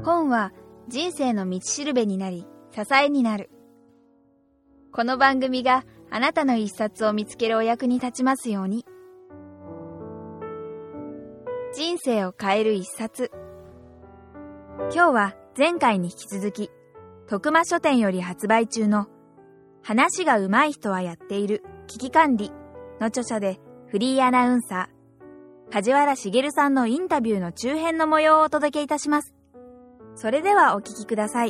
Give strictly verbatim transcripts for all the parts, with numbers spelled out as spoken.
本は人生の道しるべになり、支えになる。この番組があなたの一冊を見つけるお役に立ちますように。人生を変える一冊。今日は前回に引き続き、徳間書店より発売中の話が上手い人はやっている危機管理の著者でフリーアナウンサー、梶原茂さんのインタビューの中編の模様をお届けいたします。それではお聞きください。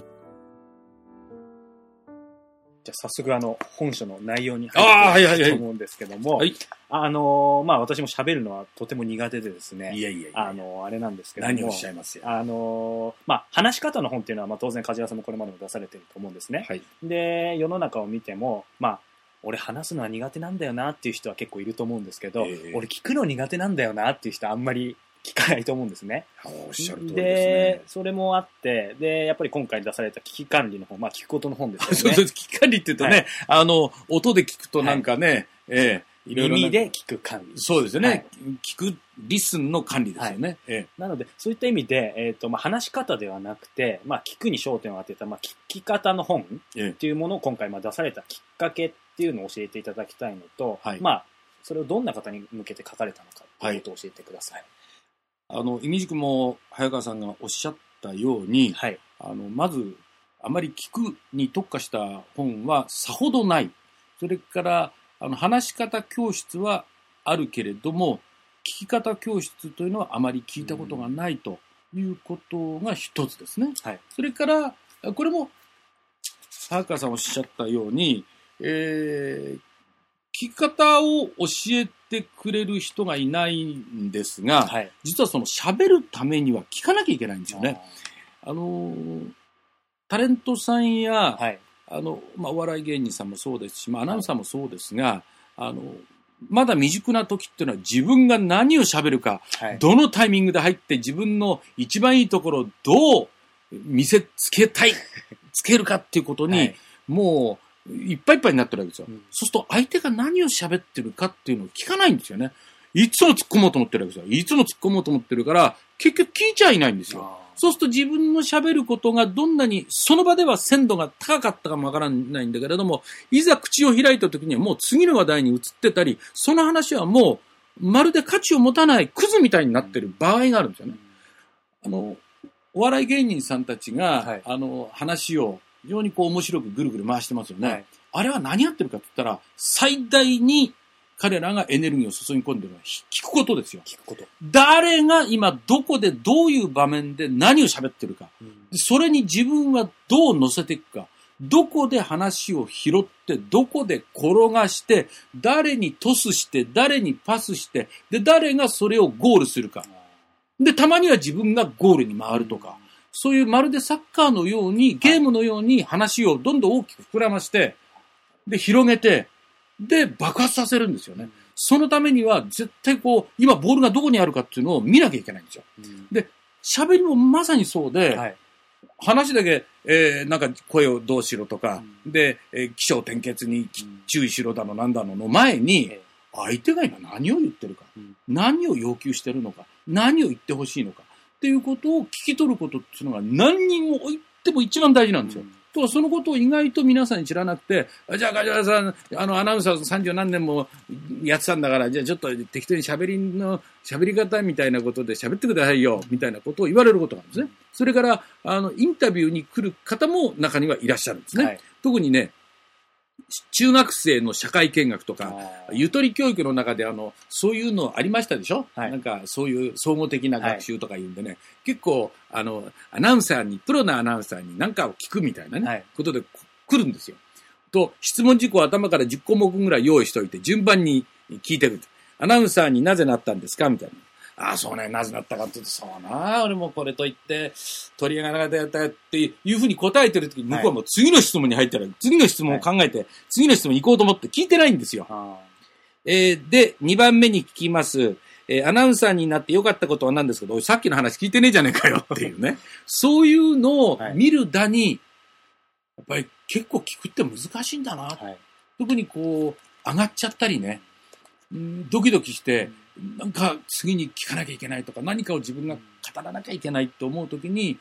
じゃあ早速あの本書の内容に入っていきたいと思うんですけども、 はいはいはい、 あのまあ私も喋るのはとても苦手でですね、 いやいやいやあのあれなんですけども、 何をおっしゃいますよ。 あのまあ話し方の本っていうのはまあ当然梶原さんもこれまでも出されてると思うんですね。 はい、 で世の中を見てもまあ俺話すのは苦手なんだよなっていう人は結構いると思うんですけど、えー、俺聞くの苦手なんだよなっていう人はあんまり聞かないと思うんですね。 おっしゃる通りですね。 で、それもあって、で、やっぱり今回出された危機管理の本、まあ聞くことの本ですよね。 そうそう、危機管理って言うとね、はい、あの、音で聞くとなんかね、はい、ええ、いろいろ耳で聞く管理。 そうですよね。はい、聞く、リスンの管理ですよね。はい、ええ、 なので、そういった意味で、えっと、まあ話し方ではなくて、まあ聞くに焦点を当てた、まあ聞き方の本っていうものを今回まあ出されたきっかけっていうのを教えていただきたいのと、はい、まあ、それをどんな方に向けて書かれたのかということを教えてください。はい、 あの、いみじくも早川さんがおっしゃったように、 はい、 あの、まず、あまり聞くに特化した本はさほどない。それから、あの、話し方教室はあるけれども、聞き方教室というのはあまり聞いたことがないということが一つですね。 はい、 それから、これも、早川さんおっしゃったように、えー、聞き方を教えてくれる人がいないんですが、はい、実はその喋るためには聞かなきゃいけないんですよね。あの、タレントさんや、はい、あの、まあ、お笑い芸人さんもそうですし、まあ、アナウンサーもそうですが、はい、あの、まだ未熟な時っていうのは自分が何を喋るか、はい、どのタイミングで入って自分の一番いいところをどう見せつけたい、つけるかっていうことに、はい、もう、いっぱいいっぱいになってるわけですよ。うん、そうすると相手が何を喋ってるかっていうのを聞かないんですよね。いつも突っ込もうと思ってるわけですよ。いつも突っ込もうと思ってるから、結局聞いちゃいないんですよ。そうすると自分の喋ることがどんなに、その場では鮮度が高かったかもわからないんだけれども、いざ口を開いた時にはもう次の話題に移ってたり、その話はもうまるで価値を持たないクズみたいになってる場合があるんですよね。あの、お笑い芸人さんたちが、はい、あの、話を非常にこう面白くぐるぐる回してますよね。はい、あれは何やってるかって言ったら、最大に彼らがエネルギーを注ぎ込んでるのは聞くことですよ。 聞くこと。 誰が今どこでどういう場面で何を喋ってるか。うん、それに自分はどう乗せていくか。どこで話を拾って、どこで転がして、誰にトスして、誰にパスして、で、誰がそれをゴールするか。で、たまには自分がゴールに回るとか。うん、そういうまるでサッカーのように、ゲームのように話をどんどん大きく膨らまして、で、広げて、で、爆発させるんですよね。そのためには、絶対こう、今ボールがどこにあるかっていうのを見なきゃいけないんですよ。うん、で、喋りもまさにそうで、はい、話だけ、えー、なんか声をどうしろとか、うん、で、えー、起承転結に注意しろだのなんだのの前に、うん、相手が今何を言ってるか、うん、何を要求してるのか、何を言ってほしいのか、っていうことを聞き取ることっていうのが何人も言っても一番大事なんですよ。うん、とはそのことを意外と皆さんに知らなくて、じゃあ梶原さん、あのアナウンサーさんじゅう何年もやってたんだから、じゃあちょっと適当に喋りの、喋り方みたいなことで喋ってくださいよ、みたいなことを言われることなんですね。それから、あの、インタビューに来る方も中にはいらっしゃるんですね。はい、特にね、中学生の社会見学とか、ゆとり教育の中であの、そういうのありましたでしょ、はい、なんかそういう総合的な学習とか言うんでね、はい、結構、あの、アナウンサーに、プロのアナウンサーに何かを聞くみたいなね、はい、ことで来るんですよ。と、質問事項を頭からじゅっこもくぐらい用意しておいて、順番に聞いてる。アナウンサーになぜなったんですかみたいな。ああ、そうね、なぜなったかって言うと、そうな、俺もこれと言って、取り上げなかったやったっていうふうに答えてるときに、向こうはもう次の質問に入ったら、次の質問を考えて、はい、次の質問に行こうと思って聞いてないんですよ。えー、で、にばんめに聞きます。えー、アナウンサーになって良かったことは何ですけど、さっきの話聞いてねえじゃねえかよっていうね。そういうのを見るだに、やっぱり結構聞くって難しいんだな。はい、特にこう、上がっちゃったりね、うん、ドキドキして、なんか次に聞かなきゃいけないとか、何かを自分が語らなきゃいけないと思うときに、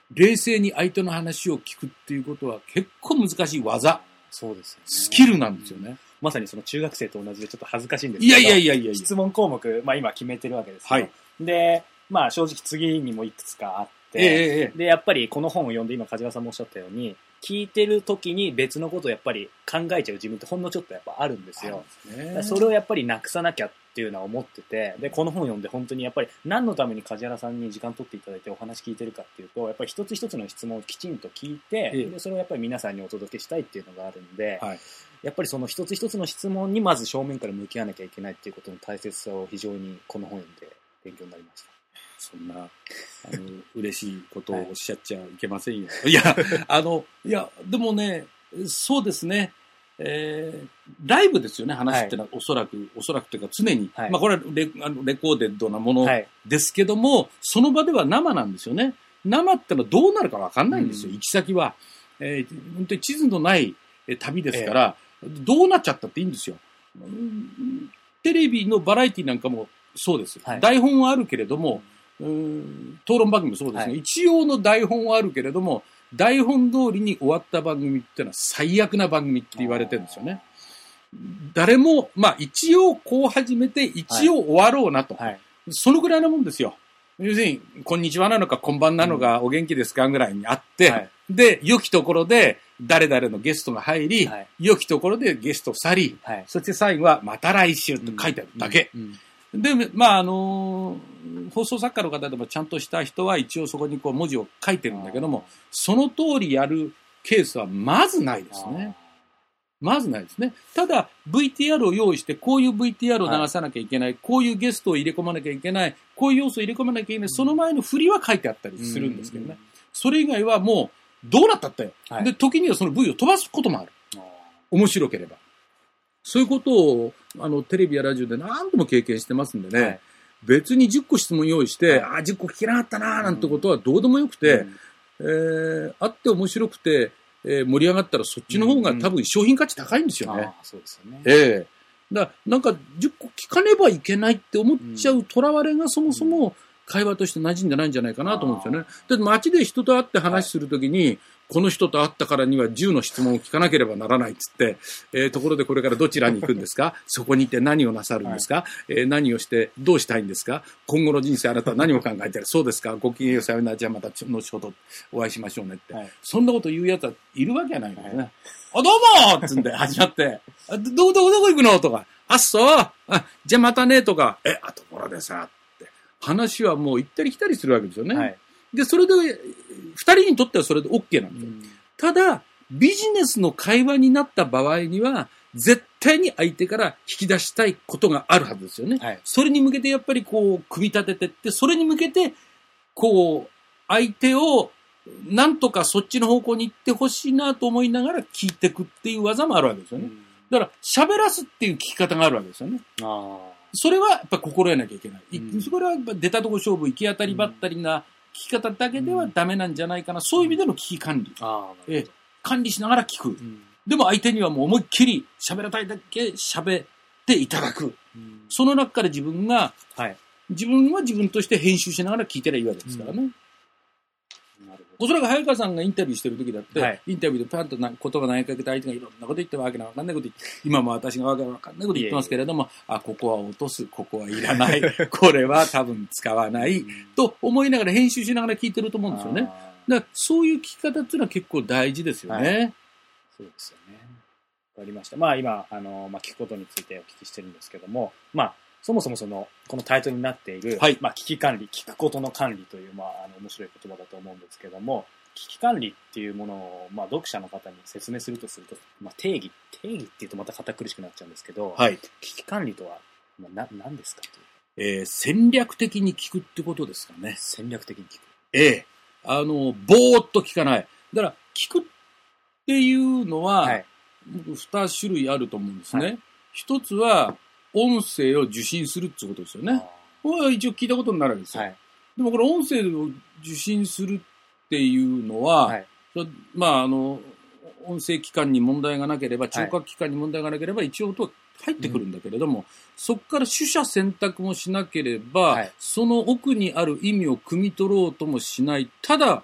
冷静に相手の話を聞くっていうことは結構難しい技。 そうですよね。 スキルなんですよね。うん、 まさにその中学生と同じでちょっと恥ずかしいんですけど。 いやいやいやいやいや。 質問項目、まあ今決めてるわけですよ。 はい。 で、まあ正直次にもいくつかあって、 ええ、 で、やっぱりこの本を読んで今梶原さんもおっしゃったように、聞いてる時に別のことをやっぱり考えちゃう自分ってほんのちょっとやっぱあるんですよ。ね、それをやっぱりなくさなきゃっていうのは思ってて、で、この本を読んで本当にやっぱり何のために梶原さんに時間取っていただいてお話聞いてるかっていうと、やっぱり一つ一つの質問をきちんと聞いて、ええ、でそれをやっぱり皆さんにお届けしたいっていうのがあるんで、はい、やっぱりその一つ一つの質問にまず正面から向き合わなきゃいけないっていうことの大切さを非常にこの本を読んで勉強になりました。 そんな、あの、嬉しいことをおっしゃっちゃいけませんよ。はい、いや、あの、いや、でもね、そうですね、えー、ライブですよね、話ってのは、はい、おそらく、おそらくというか常に、はい、まあこれはレあのレコーデッドなものですけども、はい、その場では生なんですよね。生ってのはどうなるかわかんないんですよ、うん、行き先は。えー、本当に地図のない旅ですから、えー、どうなっちゃったっていいんですよ。テレビのバラエティなんかもそうです。はい、台本はあるけれども、うーん討論番組もそうですね、はい、一応の台本はあるけれども、台本通りに終わった番組っていうのは最悪な番組って言われてるんですよね。誰も、まあ一応こう始めて一応終わろうなと。はいはい、そのぐらいなもんですよ。要するに、こんにちはなのか、こんばんなのか、うん、お元気ですかぐらいにあって、はい、で、良きところで誰々のゲストが入り、はい、良きところでゲスト去り、はい、そして最後はまた来週と書いてあるだけ。うんうんうんで、まあ、あのー、放送作家の方でもちゃんとした人は一応そこにこう文字を書いてるんだけども、その通りやるケースはまずないですね。まずないですね。ただ、ブイティーアール を用意して、こういう ブイティーアール を流さなきゃいけない、はい、こういうゲストを入れ込まなきゃいけない、こういう要素を入れ込まなきゃいけない、その前の振りは書いてあったりするんですけどね。それ以外はもう、どうなったって、はい、で、時にはその ブイ を飛ばすこともある。面白ければ。そういうことを、あの、テレビやラジオで何度も経験してますんでね、はい、別にじゅっこ質問用意して、はい、ああ、じゅっこ聞けなかったなーなんてことはどうでもよくて、うん、えー、あって面白くて、えー、盛り上がったらそっちの方が多分商品価値高いんですよね。 ああ、そうですよね。 ええー。だからなんかじゅっこ聞かねばいけないって思っちゃうとらわれがそもそも会話として馴染んでないんじゃないかなと思うんですよね。だって街で人と会って話するときに、はい、この人と会ったからにはじゅうの質問を聞かなければならないっつって、えー、ところでこれからどちらに行くんですかそこにいて何をなさるんですか、はい、えー、何をしてどうしたいんですか今後の人生あなたは何を考えてるそうですかごきげんようさようならじゃあまた後ほどお会いしましょうねって、はい、そんなこと言うやつはいるわけないんですね。はい、あ、どうもっつんで始まって、あど、ど、どこ行くのとか、あ、そうあ、じゃあまたねとか、え、あ、ところでさ、って話はもう行ったり来たりするわけですよね。はい、で、それで、二人にとってはそれで OK なんですよ。うん、ただ、ビジネスの会話になった場合には、絶対に相手から引き出したいことがあるはずですよね。はい、それに向けてやっぱりこう、組み立ててって、それに向けて、こう、相手を、なんとかそっちの方向に行ってほしいなと思いながら聞いていくっていう技もあるわけですよね。うん、だから、喋らすっていう聞き方があるわけですよね。あそれはやっぱ心得なきゃいけない。うん、それはやっぱ出たとこ勝負、行き当たりばったりな、聞き方だけではダメなんじゃないかな。うん、そういう意味での危機管理。あええ、管理しながら聞く。うん、でも相手にはもう思いっきり喋らたいだけ喋っていただく。うん、その中から自分が、はい、自分は自分として編集しながら聞いてりゃいいわけですからね。うん、なるほど。おそらく早川さんがインタビューしてる時だって、はい、インタビューでパンとな言葉投げかけて相手がいろんなこと言ってわけのわかんないこと言って、今も私がわけのわかんないこと言ってますけれども、いやいやあ、ここは落とす、ここはいらない、これは多分使わない、と思いながら編集しながら聞いてると思うんですよね。だからそういう聞き方っていうのは結構大事ですよね。はい、 そうですよね。わかりました。まあ今、あの、まあ聞くことについてお聞きしてるんですけども、まあ、そもそもその、このタイトルになっている、はい、まあ危機管理、聞くことの管理という、まあ、あの、面白い言葉だと思うんですけども、危機管理っていうものを、まあ、読者の方に説明するとすると、まあ、定義、定義っていうとまた堅苦しくなっちゃうんですけど、はい、危機管理とは、まあ、な、何ですかという、えー、戦略的に聞くってことですかね。 戦略的に聞く。 ええー、あの、ぼーっと聞かない。だから、聞くっていうのは、はい、二種類あると思うんですね。はい、一つは、音声を受信するってことですよね。これは一応聞いたことになるわけですよ。はい、でもこれ音声を受信するっていうのは、はい、まあ、あの、音声機関に問題がなければ、聴覚機関に問題がなければ、一応音は入ってくるんだけれども、うん、そこから取捨選択もしなければ、はい、その奥にある意味を汲み取ろうともしない、ただ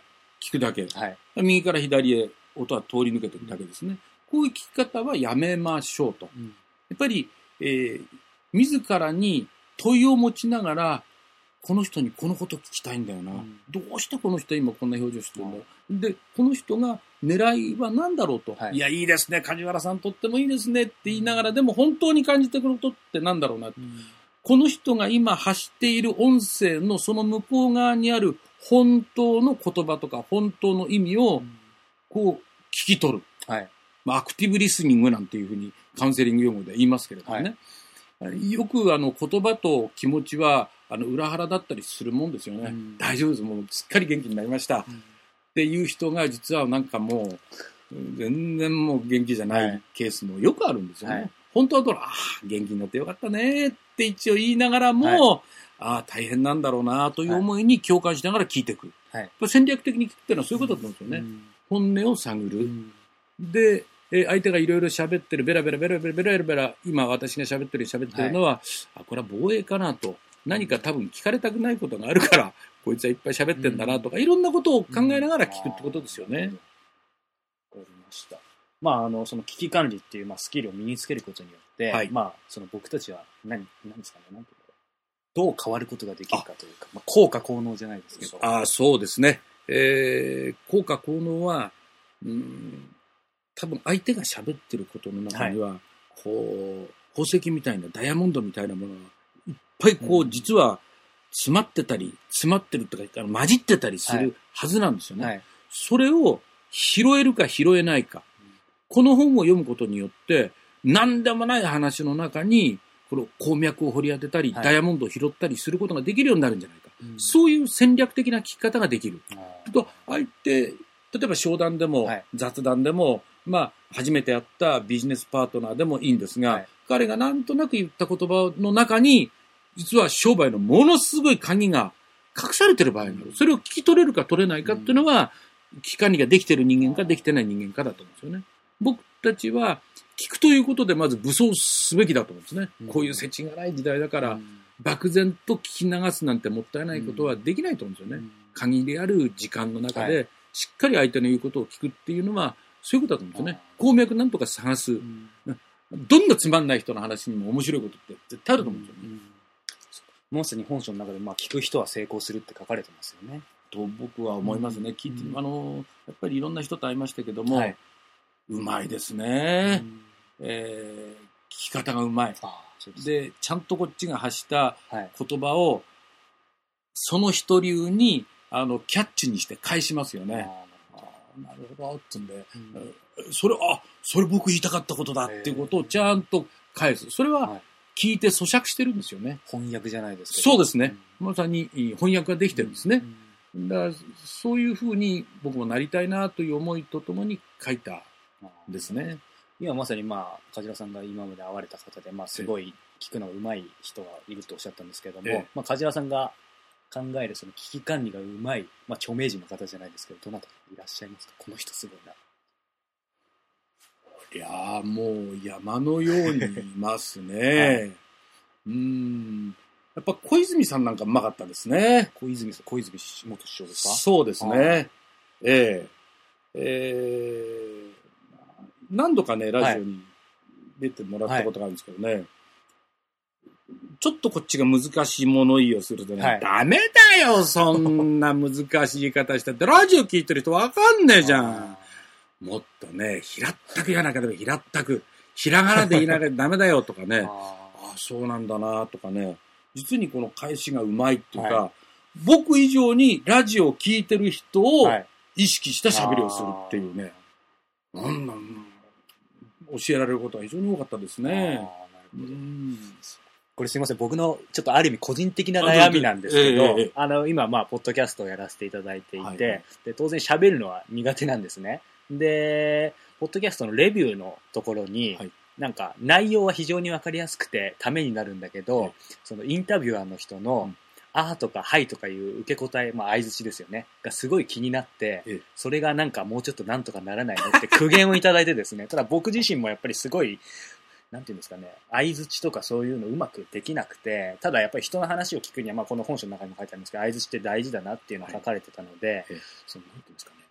聞くだけ。 はい、 右から左へ音は通り抜けてるだけですね。こういう聞き方はやめましょうと。うん、やっぱり、えー、自らに問いを持ちながら、この人にこのこと聞きたいんだよな。うん、どうしてこの人今こんな表情してるんだろう。で、この人が狙いは何だろうと。はい、いや、いいですね。梶原さんとってもいいですねって言いながら、でも本当に感じてくることって何だろうな。うん、この人が今発している音声のその向こう側にある本当の言葉とか本当の意味をこう聞き取る。はい、まあ、アクティブリスニングなんていうふうにカウンセリング用語で言いますけれどもね。はい、よくあの言葉と気持ちはあの裏腹だったりするもんですよね。うん、大丈夫です。もうすっかり元気になりました。うん、っていう人が実はなんかもう全然もう元気じゃないケースもよくあるんですよね。はい、本当はどうああ元気になってよかったねって一応言いながらも、はい、ああ大変なんだろうなという思いに共感しながら聞いていく。はい、戦略的に聞くっていうのはそういうことだと思うんですよね。うん、本音を探る。うん、で、え相手がいろいろ喋ってるベラベラベラベラベラベラベラ今私が喋ってる喋ってるのは、はい、あこれは防衛かなと。何か多分聞かれたくないことがあるから、こいつはいっぱい喋ってんだなとか、うん、いろんなことを考えながら聞くってことですよね。わ、うん、かりました。まあ、あの、その危機管理っていう、まあ、スキルを身につけることによって、はい、まあ、その僕たちは何、何ですかね、なんていうのどう変わることができるかというか、まあ、効果効能じゃないですけど。 ああ、そうですね。えー、効果効能は、うん、多分相手が喋ってることの中には、はい、こう、宝石みたいな、ダイヤモンドみたいなものが、いっぱいこう、うん、実は詰まってたり、詰まってるとか、混じってたりするはずなんですよね。はいはい、それを拾えるか拾えないか。うん、この本を読むことによって、何でもない話の中に、この鉱脈を掘り当てたり、はい、ダイヤモンドを拾ったりすることができるようになるんじゃないか。うん、そういう戦略的な聞き方ができる。と相手、例えば商談でも、はい、雑談でも、まあ、初めて会ったビジネスパートナーでもいいんですが、はい、彼がなんとなく言った言葉の中に、実は商売のものすごい鍵が隠されてる場合がある。それを聞き取れるか取れないかっていうのは、危機管理ができてる人間かできてない人間かだと思うんですよね。僕たちは、聞くということでまず武装すべきだと思うんですね。うん、こういう世知がない時代だから、うん、漠然と聞き流すなんてもったいないことはできないと思うんですよね。うん、限りある時間の中で、しっかり相手の言うことを聞くっていうのは、そういうことだと思うんですよね。鉱脈なんとか探す。うん、どんなつまんない人の話にも面白いことって絶対あると思うんですよね。うんうん、 モンスター日本書の中で、まあ、聞く人は成功するって書かれてますよね。 と僕は思いますね。うん、聞いて、あの、やっぱりいろんな人と会いましたけども、はい、うまいですね。うん、えー、聞き方がうまい。ああ、そうです。で、ちゃんとこっちが発した言葉を、はい、その人流に、あの、キャッチにして返しますよね。ああ、なるほど、ってんで、うん、それ、あ、それ僕言いたかったことだっていうことをちゃんと返す。それは、聞いて咀嚼してるんですよね。 翻訳じゃないですか。 そうですね。うん、まさに翻訳ができてるんですね。うん、だからそういうふうに僕もなりたいなという思いとともに書いたんですね。 今まさにまあ梶原さんが今まで会われた方で、まあ、すごい聞くのが上手い人がいるとおっしゃったんですけれども、ええ、まあ、梶原さんが考えるその危機管理が上手い、まあ、著名人の方じゃないですけど、どなたかいらっしゃいますか？この人すごいな。 いやーもう山のようにいますね。はい、うーん。やっぱ小泉さんなんかうまかったですね。 小泉さん、小泉元首相ですか？ そうですね。えええー、何度かね、ラジオに出てもらったことがあるんですけどね。はいはい、ちょっとこっちが難しい物言いをするとね、はい、ダメだよ、そんな難しい言い方したって。ラジオ聞いてる人わかんねえじゃん。もっとね、平ったく言わなきゃダメ、平ったく。ひらがなで言いなきゃダメだよとかね。ああ、そうなんだなとかね。実にこの返しがうまいっていうか、はい、僕以上にラジオを聞いてる人を意識した喋りをするっていうね。はい、なんなん教えられることが非常に多かったですね。あ、なるほど。うん、 これすいません、僕のちょっとある意味個人的な悩みなんですけど、あ、えー、あの今まあポッドキャストをやらせていただいていて、はいはい、で当然喋るのは苦手なんですね。でポッドキャストのレビューのところに、はい、なんか内容は非常に分かりやすくてためになるんだけど、はい、そのインタビュアーの人の、うん、あーとかはいとかいう受け答え、まあ相槌ですよねがすごい気になって、ええ、それがなんかもうちょっとなんとかならないのって苦言をいただいてですねただ僕自身もやっぱりすごいなんていうんですかね、相槌とかそういうのうまくできなくて、ただやっぱり人の話を聞くには、まあこの本書の中にも書いてあるんですけど、相槌って大事だなっていうのが書かれてたので、はい、そのなんていうんですかね、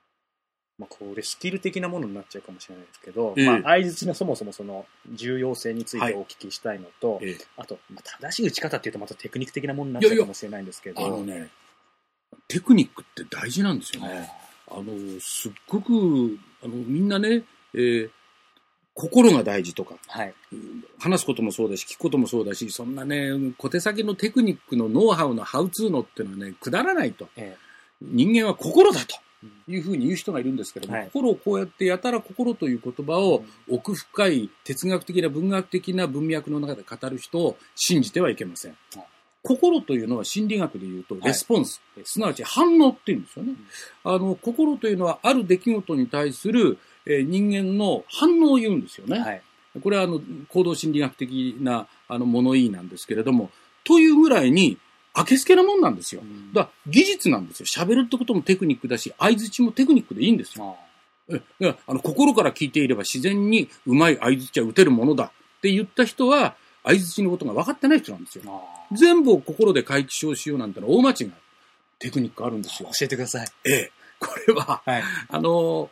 まあ、これスキル的なものになっちゃうかもしれないですけど、 ええ、 まあ、相槌のそもそもその重要性についてお聞きしたいのと、はい、ええ、あと、まあ、正しい打ち方っていうとまたテクニック的なものになっちゃうかもしれないんですけど。 いやいや、あのね、テクニックって大事なんですよね。あの、すっごく、あの、みんなね、えー、心が大事とか、はい、話すこともそうだし、聞くこともそうだし、そんなね、小手先のテクニックのノウハウのハウツーのっていうのはね、くだらないと。ええ、人間は心だというふうに言う人がいるんですけども、はい、心をこうやってやたら心という言葉を奥深い哲学的な文学的な文脈の中で語る人を信じてはいけません。はい、心というのは心理学で言うとレスポンス、はい、すなわち反応っていうんですよね。うん、あの、心というのはある出来事に対する、えー、人間の反応を言うんですよね。はい、これはあの行動心理学的なあの物言いなんですけれども、というぐらいにあけすけなもんなんですよ。だから技術なんですよ。喋るってこともテクニックだし、相槌もテクニックでいいんですよ。あえあの心から聞いていれば自然にうまい相槌は打てるものだって言った人は、相槌のことが分かってない人なんですよ。全部を心で回帰しようしようなんてのは大間違い。テクニックあるんですよ。 教えてください。 ええ。これは、はい、あの、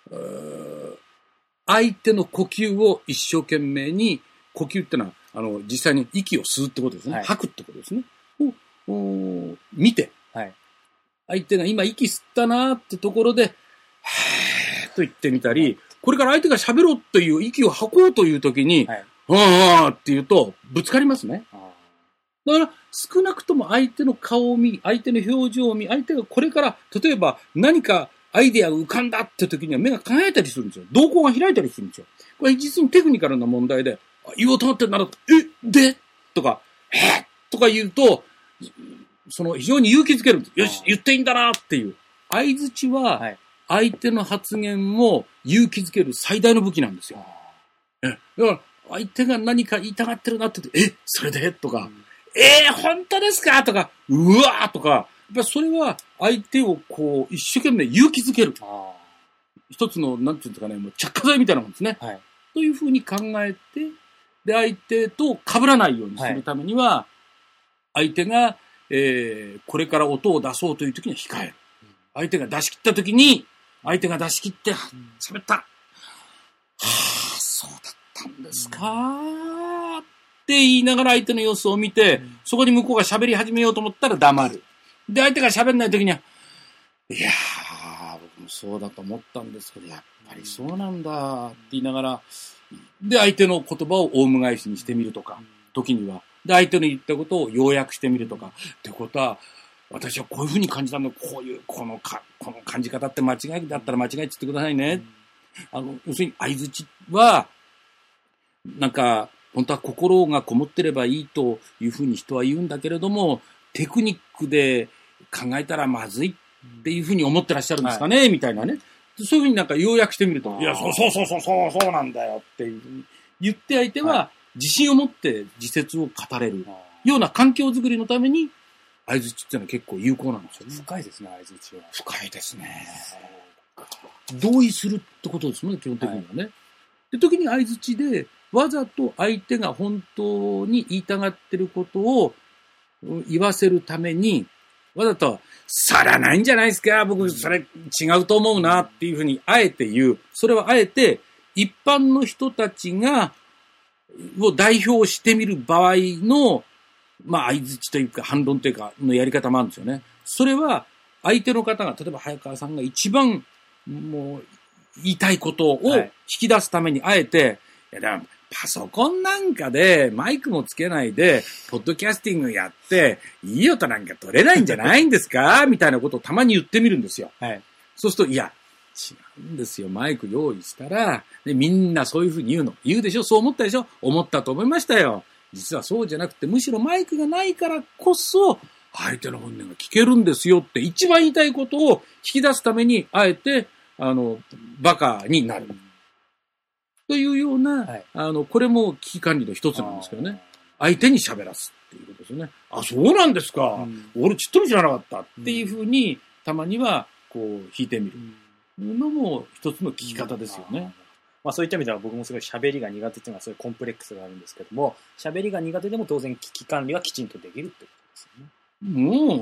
相手の呼吸を一生懸命に、呼吸ってのは、あの、実際に息を吸うってことですね。はい、吐くってことですね。を見て、はい、相手が今息吸ったなーってところで、はーっと言ってみたり、はい、これから相手が喋ろうという息を吐こうという時に、はい、あーって言うと、ぶつかりますね。だから、少なくとも相手の顔を見、相手の表情を見、相手がこれから、例えば何かアイデアが浮かんだって時には目が輝いたりするんですよ。瞳孔が開いたりするんですよ。これ実にテクニカルな問題で、言おうと思ってなら、え、でとか、えとか言うと、その非常に勇気づけるんです。よし、言っていいんだなっていう。相槌は、相手の発言を勇気づける最大の武器なんですよ。え、だから、相手が何か言いたがってるなって言って、え、それでとか、うん、えー、本当ですかとか、うわーとか、やっぱそれは相手をこう、一生懸命勇気づける。一つの、なんていうんですかね、もう着火剤みたいなもんですね。はい、というふうに考えて、で、相手と被らないようにするためには、はい、相手が、えー、これから音を出そうという時には控える。相手が出し切った時に、相手が出し切って、喋った。はぁ、そうだったんですかーって言いながら相手の様子を見て、そこに向こうが喋り始めようと思ったら黙る。で、相手が喋んない時には、いやー、僕もそうだと思ったんですけど、やっぱりそうなんだって言いながら、で、相手の言葉をオウム返しにしてみるとか、時には、で、相手の言ったことを要約してみるとか、ってことは、私はこういうふうに感じたの、こういう、このか、この感じ方って間違いだったら間違いって言ってくださいね。あの、要するに相槌は、なんか、本当は心がこもってればいいというふうに人は言うんだけれども、テクニックで考えたらまずいっていうふうに思ってらっしゃるんですかね、はい、みたいなね。そういうふうになんか要約してみると、いや、そうそうそうそうそうそうなんだよっていうふうに言って相手は自信を持って自説を語れるような環境づくりのために、相槌っていうのは結構有効なんですよね。 深いですね、相槌は。 深いですね。同意するってことですもんね、基本的にはね。はい、で、時に相槌で、わざと相手が本当に言いたがってることを言わせるために、わざと、さらないんじゃないですか、僕、それ違うと思うなっていうふうにあえて言う。それはあえて、一般の人たちが、を代表してみる場合の、まあ、相槌というか、反論というか、のやり方もあるんですよね。それは、相手の方が、例えば早川さんが一番、もう、言いたいことを引き出すために、あえて、はい、いや、パソコンなんかで、マイクもつけないで、ポッドキャスティングやって、いい音なんか取れないんじゃないんですかみたいなことをたまに言ってみるんですよ。はい。そうすると、いや、違うんですよ。マイク用意したら、で、みんなそういうふうに言うの。言うでしょ？そう思ったでしょ？思ったと思いましたよ。実はそうじゃなくて、むしろマイクがないからこそ、相手の本音が聞けるんですよって一番言いたいことを引き出すために、あえて、あの、バカになる。というような、はい、あの、これも危機管理の一つなんですけどね。相手に喋らすっていうことですよね。あ、そうなんですか。うん、俺ちっとも知らなかったっていうふうに、たまには、こう、弾いてみるのも一つの聞き方ですよね。うん、 まあそういった意味では僕もすごい喋りが苦手っていうのはそういうコンプレックスがあるんですけども、喋りが苦手でも当然危機管理はきちんとできるってことですよね。 もう、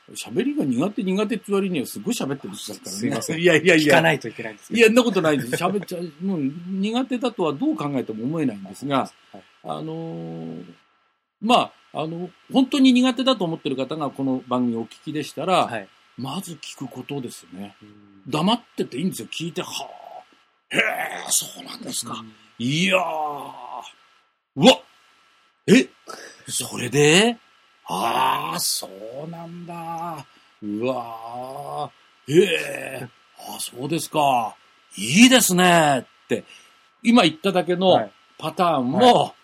喋りが苦手苦手って言われにはすごい喋ってる人だからね。 すいません。 いやいやいや。 聞かないといけないんですけど。 いや、そんなことないです。喋っちゃう、もう苦手だとはどう考えても思えないんですが、はい、あのー、まあ、あの、本当に苦手だと思ってる方がこの番組をお聞きでしたら、はい、まず聞くことですね。黙ってていいんですよ。聞いて、はぁ、へえ、そうなんですか。いやー、うわえそれでああ、そうなんだ。うわー、へえ、ああ、そうですか。いいですね。って、今言っただけのパターンも、はい、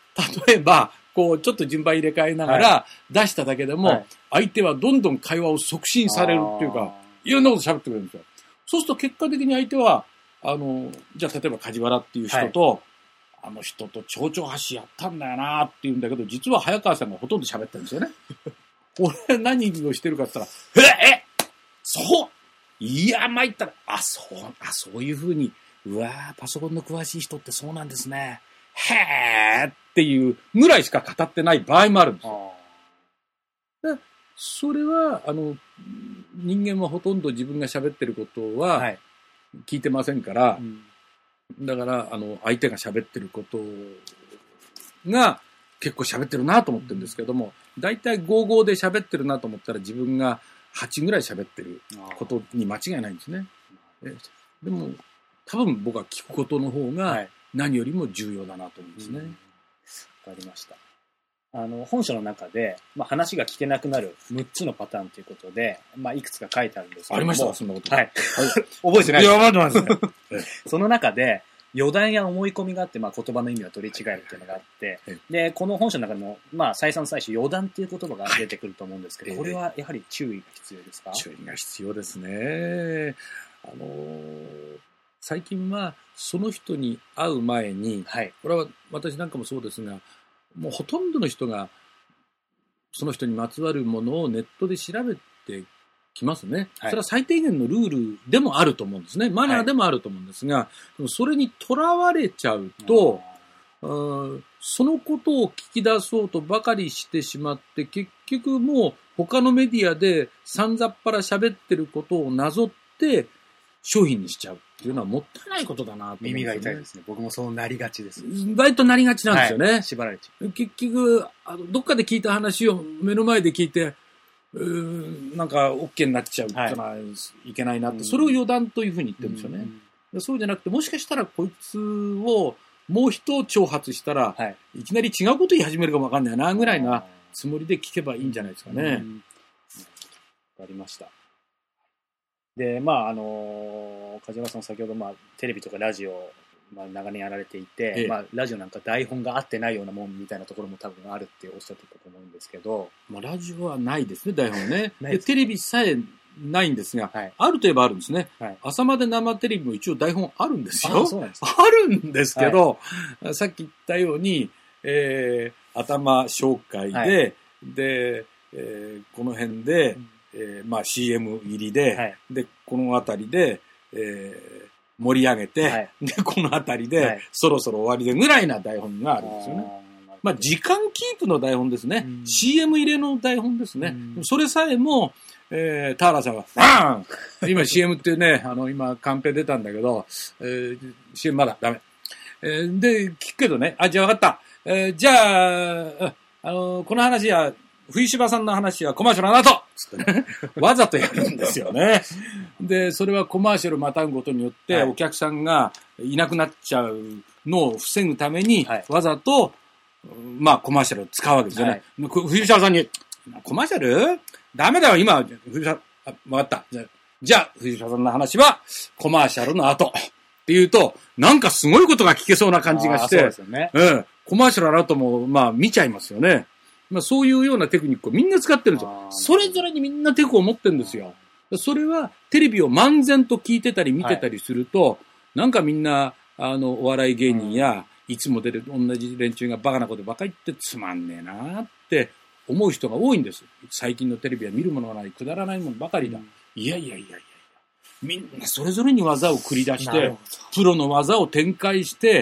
例えば、こう、ちょっと順番入れ替えながら出しただけでも、はい、相手はどんどん会話を促進されるっていうか、いろんなこと喋ってくれるんですよ。そうすると結果的に相手は、あの、じゃあ例えば梶原っていう人と、はい、あの人と蝶々橋やったんだよなって言うんだけど、実は早川さんがほとんど喋ってるんですよね。俺何をしてるかって言ったら、ええそういや、参ったら、あ、そう、あ、そういうふうに、うわー、パソコンの詳しい人ってそうなんですね。へーっていうぐらいしか語ってない場合もあるんですよ。でそれは、あの、人間はほとんど自分が喋ってることは聞いてませんから、はいうん、だから、あの、相手が喋ってることが結構喋ってるなと思ってるんですけども、だいたいごじゅうごで喋ってるなと思ったら自分がはちぐらい喋ってることに間違いないんですね。でも、多分僕は聞くことの方が何よりも重要だなと思うんですね。わ、はい、 かりました。あの、本書の中で、まあ、話が聞けなくなるむっつのパターンということで、まあ、いくつか書いてあるんですけども。 ありましたそんなこと。 はい。覚えてないです。いや、覚えてないですね。 その中で、余談や思い込みがあって、まあ、言葉の意味は取り違えるっていうのがあって、で、この本書の中でも、まあ、再三再四余談っていう言葉が出てくると思うんですけど、はい、これはやはり注意が必要ですか？ 注意が必要ですね。あのー、最近は、その人に会う前に、はい、これは私なんかもそうですが、もうほとんどの人がその人にまつわるものをネットで調べてきますね。はい、それは最低限のルールでもあると思うんですね。マナーでもあると思うんですが、はい、でもそれにとらわれちゃうと、うんそのことを聞き出そうとばかりしてしまって、結局もう他のメディアでさんざっぱら喋ってることをなぞって商品にしちゃうっていうのはもったいないことだなと思うんですね。 耳が痛いですね。僕もそうなりがちです。 割となりがちなんですよね。はい、 縛られちゃう。 結局あの、どっかで聞いた話を目の前で聞いて、うーんなんか OK になっちゃうってのはいけないなって、はい、それを余談というふうに言ってるんですよね。うそうじゃなくて、もしかしたらこいつをもう一挑発したら、はい、いきなり違うこと言い始めるかもわかんないなぐらいなつもりで聞けばいいんじゃないですかね。わ、うん、 かりました。で、まあ、あの、梶原さん先ほど、まあ、テレビとかラジオ、まあ、長年やられていて、ええ、まあ、ラジオなんか台本が合ってないようなもんみたいなところも多分あるっておっしゃってたと思うんですけど。 まあ、ラジオはないですね、台本ね。でテレビさえないんですが、はい、あるといえばあるんですね、はい。朝まで生テレビも一応台本あるんですよ。 あ、そうなんですか。 あるんですけど、はい、さっき言ったように、えー、頭紹介で、はい、で、えー、この辺で、うんえー、まあ シーエム 入りで、はい、で、このあたりで、えー、盛り上げて、はい、で、このあたりで、はい、そろそろ終わりでぐらいな台本があるんですよね。まあ時間キープの台本ですね。うん、シーエム 入れの台本ですね。うん、それさえも、えー、田原さんが、バーン今 シーエム ってね、あの、今カンペ出たんだけど、えー、シーエム まだダメ。えー、で、聞くけどね、あ、じゃあ分かった。えー、じゃあ、あの、この話は、冬柴さんの話はコマーシャルの後つってね、わざとやるんですよね。で、それはコマーシャルまたぐことによって、はい、お客さんがいなくなっちゃうのを防ぐために、はい、わざと、まあコマーシャルを使うわけですよね。はい、冬柴さんに、コマーシャルダメだよ、今、冬柴、あ、わかった。じゃあ、じゃあ冬柴さんの話はコマーシャルの後。って言うと、なんかすごいことが聞けそうな感じがして、そうですよね。うん。コマーシャルの後も、まあ見ちゃいますよね。まあそういうようなテクニックをみんな使ってるんですよ。それぞれにみんなテクを持ってるんですよ。それはテレビを漫然と聞いてたり見てたりすると、はい、なんかみんな、あの、お笑い芸人や、いつも出る同じ連中がバカなことばかり言ってつまんねえなって思う人が多いんです。最近のテレビは見るものがない、くだらないものばかりだ。うん、いやいやいやいや。みんなそれぞれに技を繰り出して、プロの技を展開して、はい、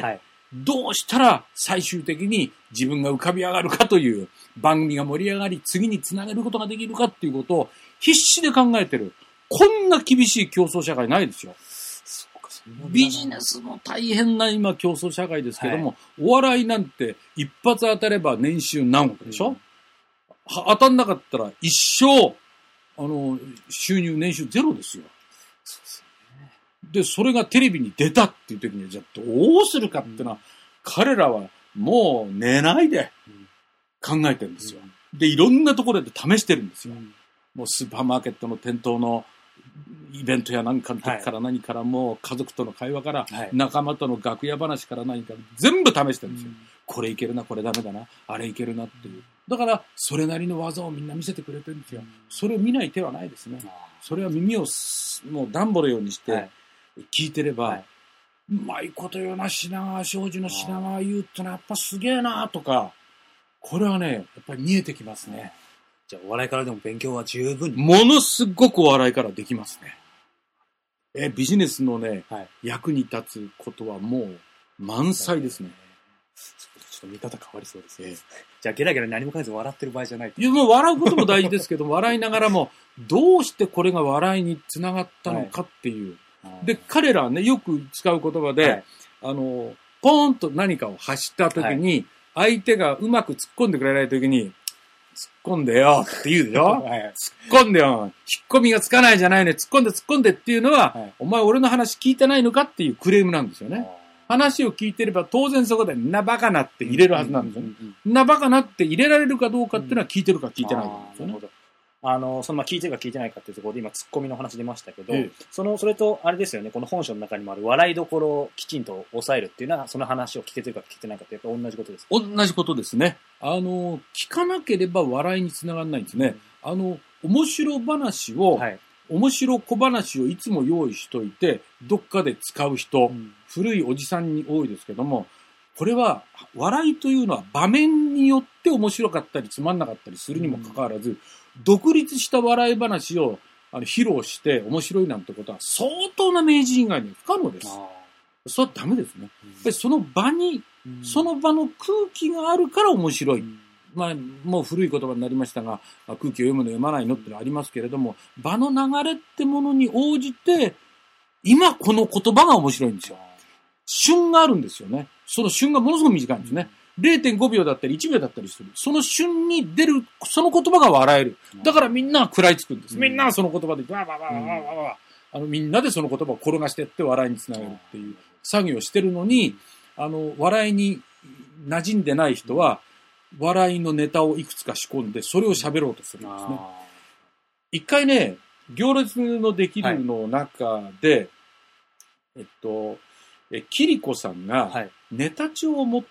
どうしたら最終的に自分が浮かび上がるかという番組が盛り上がり、次につなげることができるかっていうことを必死で考えてる。こんな厳しい競争社会ないですよ。 そうか、そんなビジネスも大変な今競争社会ですけども、はい、お笑いなんて一発当たれば年収何億でしょ、うん、当たんなかったら一生、あの、収入年収ゼロですよ。 そうですよね。 で、それがテレビに出たっていう時に、じゃあどうするかっていうのは、うん、彼らはもう寝ないで考えてるんですよ。うん、で、いろんなところで試してるんですよ。うん、もうスーパーマーケットの店頭のイベントや何かの時から何から、もう家族との会話から、はい、仲間との楽屋話から何から全部試してるんですよ。うん、これいけるな、これダメだな、あれいけるなっていう。だから、それなりの技をみんな見せてくれてるんですよ。うん、それを見ない手はないですね。それは耳をもう暖房のようにして聞いてれば、はい、うまいこと言うな、品川庄司の品川優ってのはやっぱすげえなとか、これはね、やっぱり見えてきますね。 じゃあお笑いからでも勉強は十分に。 ものすごくお笑いからできますね。え、ビジネスのね、はい、役に立つことはもう満載ですね。 ちょっと見方変わりそうですね。じゃあゲラゲラ何も考えず笑ってる場合じゃないと。 いや、もう笑うことも大事ですけど、笑いながらも、どうしてこれが笑いにつながったのかっていう。はい、で、彼らはね、よく使う言葉で、はい、あの、ポーンと何かを発したときに、はい、相手がうまく突っ込んでくれないときに、突っ込んでよって言うでしょ、はい、突っ込んでよ。引っ込みがつかないじゃないね。突っ込んで突っ込んでっていうのは、はい、お前俺の話聞いてないのかっていうクレームなんですよね。話を聞いてれば当然そこでんなバカなって入れるはずなんですよね。んなバカなって入れられるかどうかっていうのは聞いてるか聞いてないかですよね。 あの、そのまあ聞いてるか聞いてないかっていうところで今ツッコミの話出ましたけど、ええ、その、それとあれですよね、この本書の中にもある笑いどころをきちんと抑えるっていうのは、その話を聞けてるか聞けてないかってやっぱ同じことですか？ 同じことですね。あの、聞かなければ笑いにつながらないんですね。うん、あの、面白話を、はい、面白小話をいつも用意しといて、どっかで使う人、うん、古いおじさんに多いですけども、これは、笑いというのは場面によって面白かったりつまんなかったりするにもかかわらず、うん、独立した笑い話をあの披露して面白いなんてことは相当な名人以外には不可能です。それはダメですね。うん、でその場に、うん、その場の空気があるから面白い。うん、まあ、もう古い言葉になりましたが、空気を読むの読まないのってのはありますけれども、場の流れってものに応じて、今この言葉が面白いんですよ。旬があるんですよね。その旬がものすごく短いんですね。れいてんごびょうだったりいちびょうだったりする。その旬に出る、その言葉が笑える。だからみんな食らいつくんです。みんなその言葉で、わーわーわーわーわーわー、あの、みんなでその言葉を転がしていって笑いにつなげるっていう作業をしてるのに、あの、笑いに馴染んでない人は、笑いのネタをいくつか仕込んで、それを喋ろうとするんですね。一回ね、行列のできるの中で、はい、えっと、え、キリコさんがネタ帳を持って、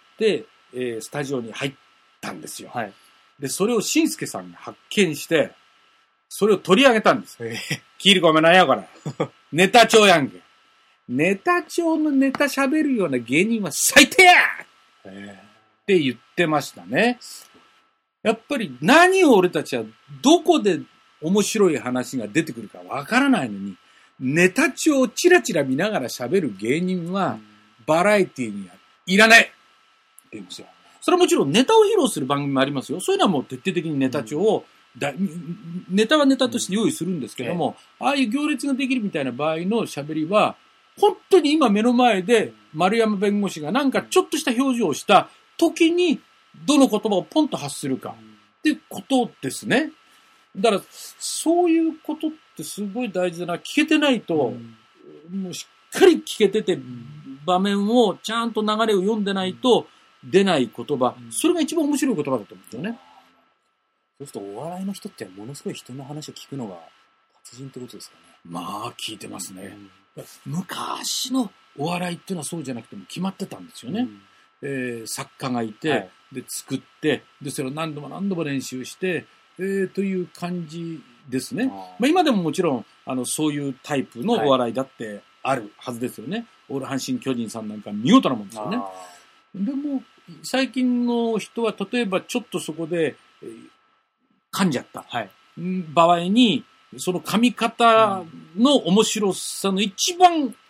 えー、スタジオに入ったんですよ。はい、で、それをしんすけさんが発見して、それを取り上げたんです。キリコお前なんやこれ。ネタ帳やんけ。ネタ帳のネタ喋るような芸人は最低やって言ってましたね。やっぱり何を俺たちはどこで面白い話が出てくるかわからないのに、ネタ帳をチラチラ見ながら喋る芸人はバラエティにはいらないって言うんですよ。それはもちろんネタを披露する番組もありますよ。そういうのはもう徹底的にネタ帳を、だネタはネタとして用意するんですけども、ああいう行列ができるみたいな場合の喋りは、本当に今目の前で丸山弁護士がなんかちょっとした表情をした時にどの言葉をポンと発するかってことですね。だからそういうことってすごい大事だな。聞けてないと、うん、もうしっかり聞けてて、場面をちゃんと流れを読んでないと出ない言葉、うん、それが一番面白い言葉だと思うんですよね。 そうするとお笑いの人ってものすごい人の話を聞くのが達人ってことですかね。 まあ聞いてますね。うん、昔のお笑いっていうのはそうじゃなくても決まってたんですよね。うん、えー、作家がいて、はい、で作ってでそれを何度も何度も練習して、えー、という感じですね。あまあ、今でももちろんあのそういうタイプのお笑いだってあるはずですよね。はい、オール阪神巨人さんなんか見事なもんですよね。でも最近の人は例えばちょっとそこで、えー、噛んじゃった、はい、場合にその噛み方の面白さの一番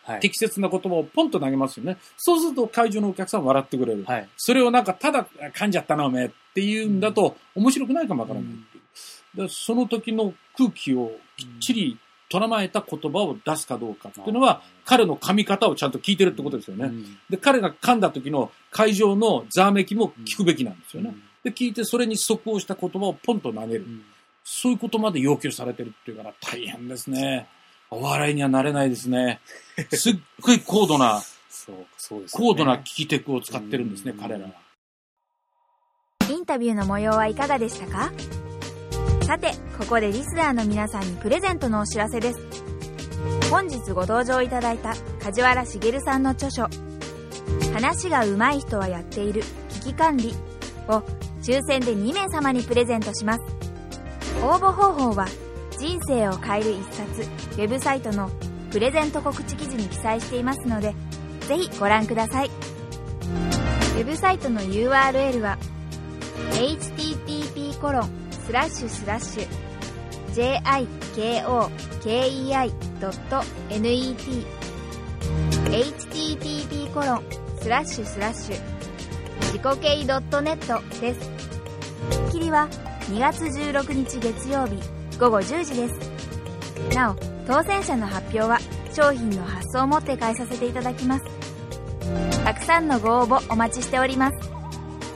はい、適切な言葉をポンと投げますよね。そうすると会場のお客さんは笑ってくれる。はい、それをなんかただ噛んじゃったなおめえっていうんだと面白くないかもわからないっていう、うん、でその時の空気をきっちりとらまえた言葉を出すかどうかっていうのは、彼の噛み方をちゃんと聞いてるってことですよね。うん、で彼が噛んだ時の会場のざわめきも聞くべきなんですよね。うん、で聞いてそれに即応した言葉をポンと投げる。うん、そういうことまで要求されてるっていうから大変ですね。お笑いにはなれないですね。すっごい高度な、そう、そうですね、高度な聞きテクを使ってるんですね、彼らは。 インタビューの模様はいかがでしたか？さて、ここでリスナーの皆さんにプレゼントのお知らせです。本日ご登場いただいた梶原茂さんの著書、話が上手い人はやっている危機管理を抽選でにめい様にプレゼントします。応募方法は、人生を変える一冊ウェブサイトのプレゼント告知記事に記載していますので、ぜひご覧ください。ウェブサイトの ユーアールエル は エイチティーティーピーコロンスラッシュスラッシュジェイアイケーオーケーイーアイドットネット エイチティーティーピーコロンスラッシュスラッシュ自己ケイドットネットです。締め切りはにがつじゅうろくにち月曜日ごごじゅうじです。なお、当選者の発表は商品の発送をもって返させていただきます。たくさんのご応募お待ちしております。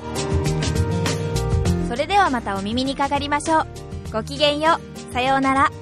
それではまたお耳にかかりましょう。ごきげんよう。さようなら。